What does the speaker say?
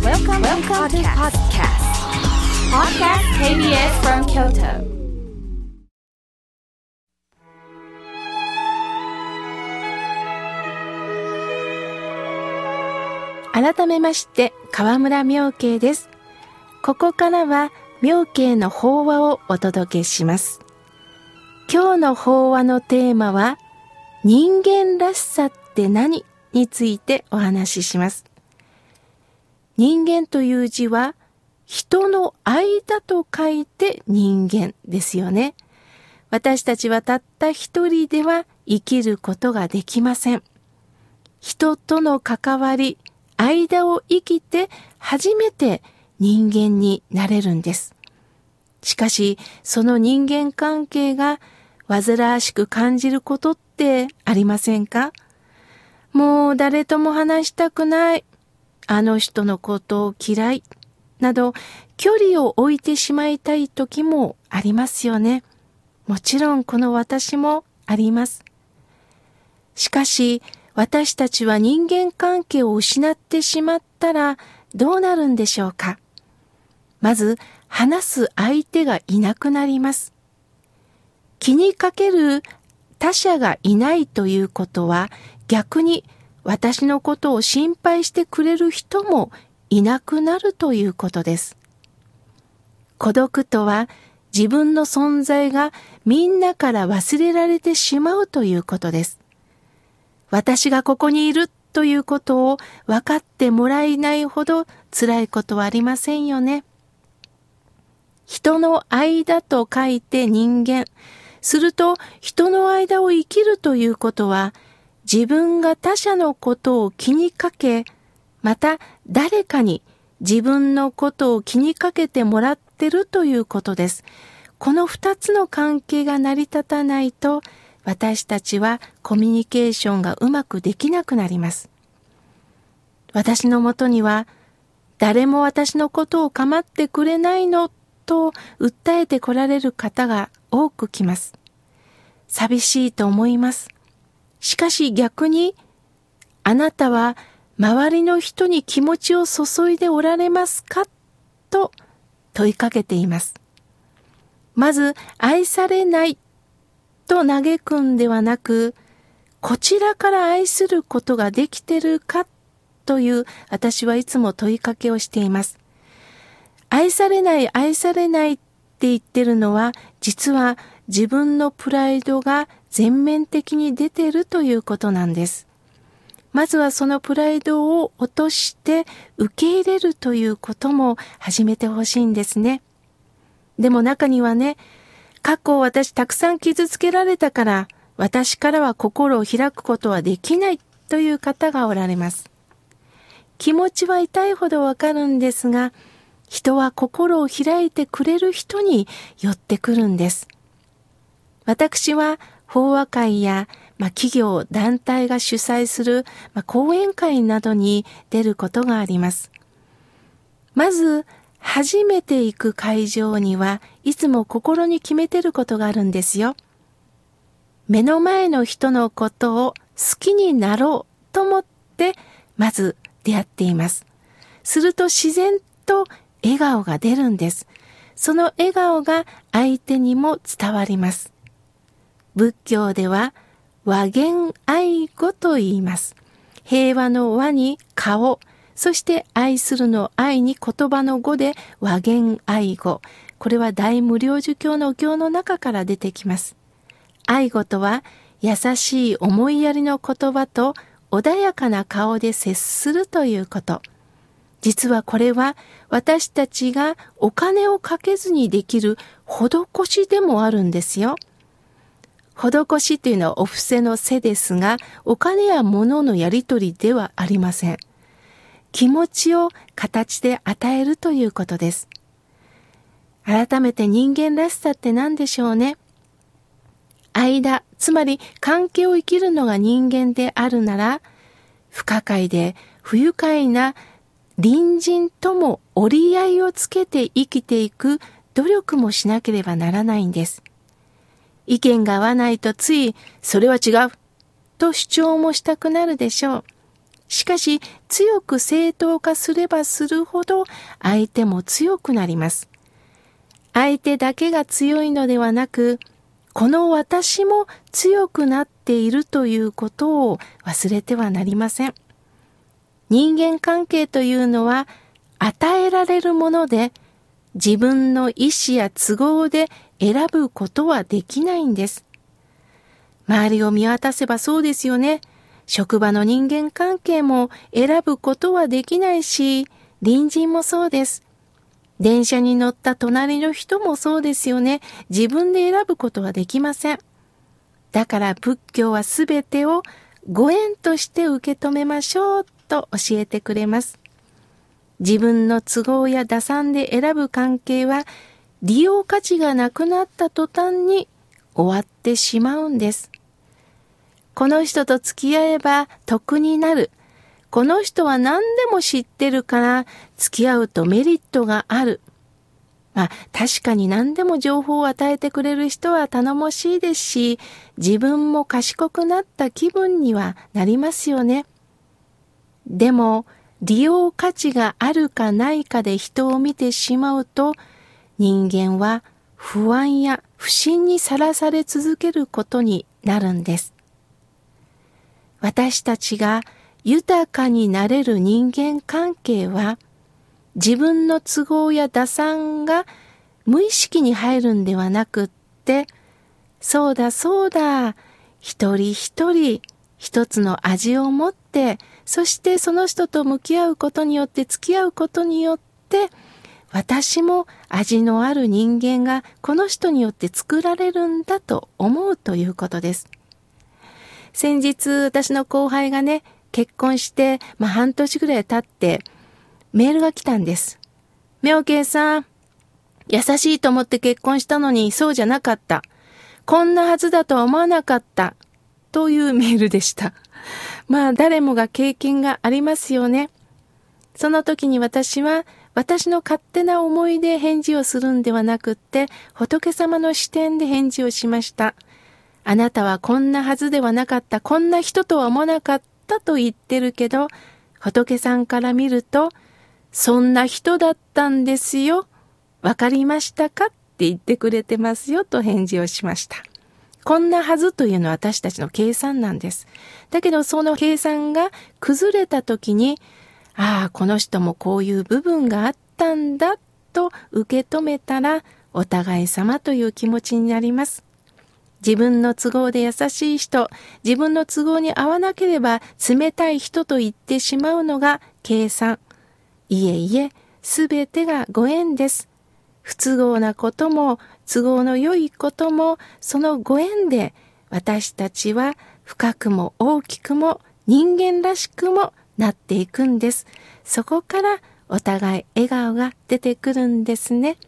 Welcome to podcast. Podcast KBS from Kyoto. 改めまして河村明慶です。ここからは明慶の法話をお届けします。今日の法話のテーマは人間らしさって何についてお話しします。人間という字は人の間と書いて人間ですよね。私たちはたった一人では生きることができません。人との関わり、間を生きて初めて人間になれるんです。しかし、その人間関係が煩わしく感じることってありませんか？もう誰とも話したくない、あの人のことを嫌い、など距離を置いてしまいたい時もありますよね。もちろんこの私もあります。しかし、私たちは人間関係を失ってしまったらどうなるんでしょうか？まず、話す相手がいなくなります。気にかける他者がいないということは、逆に私のことを心配してくれる人もいなくなるということです。孤独とは、自分の存在がみんなから忘れられてしまうということです。私がここにいるということを分かってもらえないほど辛いことはありませんよね。人の間と書いて人間。すると、人の間を生きるということは、自分が他者のことを気にかけ、また誰かに自分のことを気にかけてもらってるということです。この二つの関係が成り立たないと、私たちはコミュニケーションがうまくできなくなります。私のもとには、誰も私のことを構ってくれないのと訴えてこられる方が多く来ます。寂しいと思います。しかし逆に、あなたは周りの人に気持ちを注いでおられますかと問いかけています。まず、愛されないと嘆くんではなく、こちらから愛することができてるかという、私はいつも問いかけをしています。愛されない、愛されないって言ってるのは、実は自分のプライドが全面的に出てるということなんです。まずはそのプライドを落として受け入れるということも始めてほしいんですね。でも中にはね、過去私たくさん傷つけられたから、私からは心を開くことはできないという方がおられます。気持ちは痛いほどわかるんですが、人は心を開いてくれる人に寄ってくるんです。私は法話会や、企業団体が主催する、講演会などに出ることがあります。まず初めて行く会場にはいつも心に決めてることがあるんですよ。目の前の人のことを好きになろうと思ってまず出会っています。すると自然と笑顔が出るんです。その笑顔が相手にも伝わります。仏教では和言愛語と言います。平和の和に顔、そして愛するの愛に言葉の語で和言愛語。これは大無量寿経の経の中から出てきます。愛語とは優しい思いやりの言葉と穏やかな顔で接するということ。実はこれは私たちがお金をかけずにできる施しでもあるんですよ。施しというのはお布施の施ですが、お金や物のやり取りではありません。気持ちを形で与えるということです。改めて人間らしさって何でしょうね。間、つまり関係を生きるのが人間であるなら、不可解で不愉快な隣人とも折り合いをつけて生きていく努力もしなければならないんです。意見が合わないとつい、それは違うと主張もしたくなるでしょう。 しかし、強く正当化すればするほど、相手も強くなります。相手だけが強いのではなく、この私も強くなっているということを忘れてはなりません。人間関係というのは、与えられるもので、自分の意思や都合で選ぶことはできないんです。周りを見渡せばそうですよね。職場の人間関係も選ぶことはできないし、隣人もそうです。電車に乗った隣の人もそうですよね。自分で選ぶことはできません。だから仏教はすべてをご縁として受け止めましょうと教えてくれます。自分の都合や打算で選ぶ関係は利用価値がなくなった途端に終わってしまうんです。この人と付き合えば得になる。この人は何でも知ってるから付き合うとメリットがある。確かに何でも情報を与えてくれる人は頼もしいですし、自分も賢くなった気分にはなりますよね。でも、利用価値があるかないかで人を見てしまうと、人間は不安や不信にさらされ続けることになるんです。私たちが豊かになれる人間関係は、自分の都合や打算が無意識に入るんではなくって、そうだそうだ、一人一人一つの味を持って、そしてその人と向き合うことによって付き合うことによって、私も味のある人間がこの人によって作られるんだと思うということです。先日私の後輩がね、結婚して、半年ぐらい経ってメールが来たんです。妙慶さん、優しいと思って結婚したのにそうじゃなかった。こんなはずだとは思わなかった。というメールでした。誰もが経験がありますよね。その時に私は私の勝手な思いで返事をするんではなくって、仏様の視点で返事をしました。あなたはこんなはずではなかった、こんな人とは思わなかったと言ってるけど、仏さんから見ると、そんな人だったんですよ。わかりましたかって言ってくれてますよと返事をしました。こんなはずというのは私たちの計算なんです。だけどその計算が崩れた時に、この人もこういう部分があったんだと受け止めたら、お互い様という気持ちになります。自分の都合で優しい人、自分の都合に合わなければ冷たい人と言ってしまうのが計算。いえいえ、すべてがご縁です。不都合なことも都合の良いこともそのご縁で私たちは深くも大きくも人間らしくもなっていくんです。そこからお互い笑顔が出てくるんですね。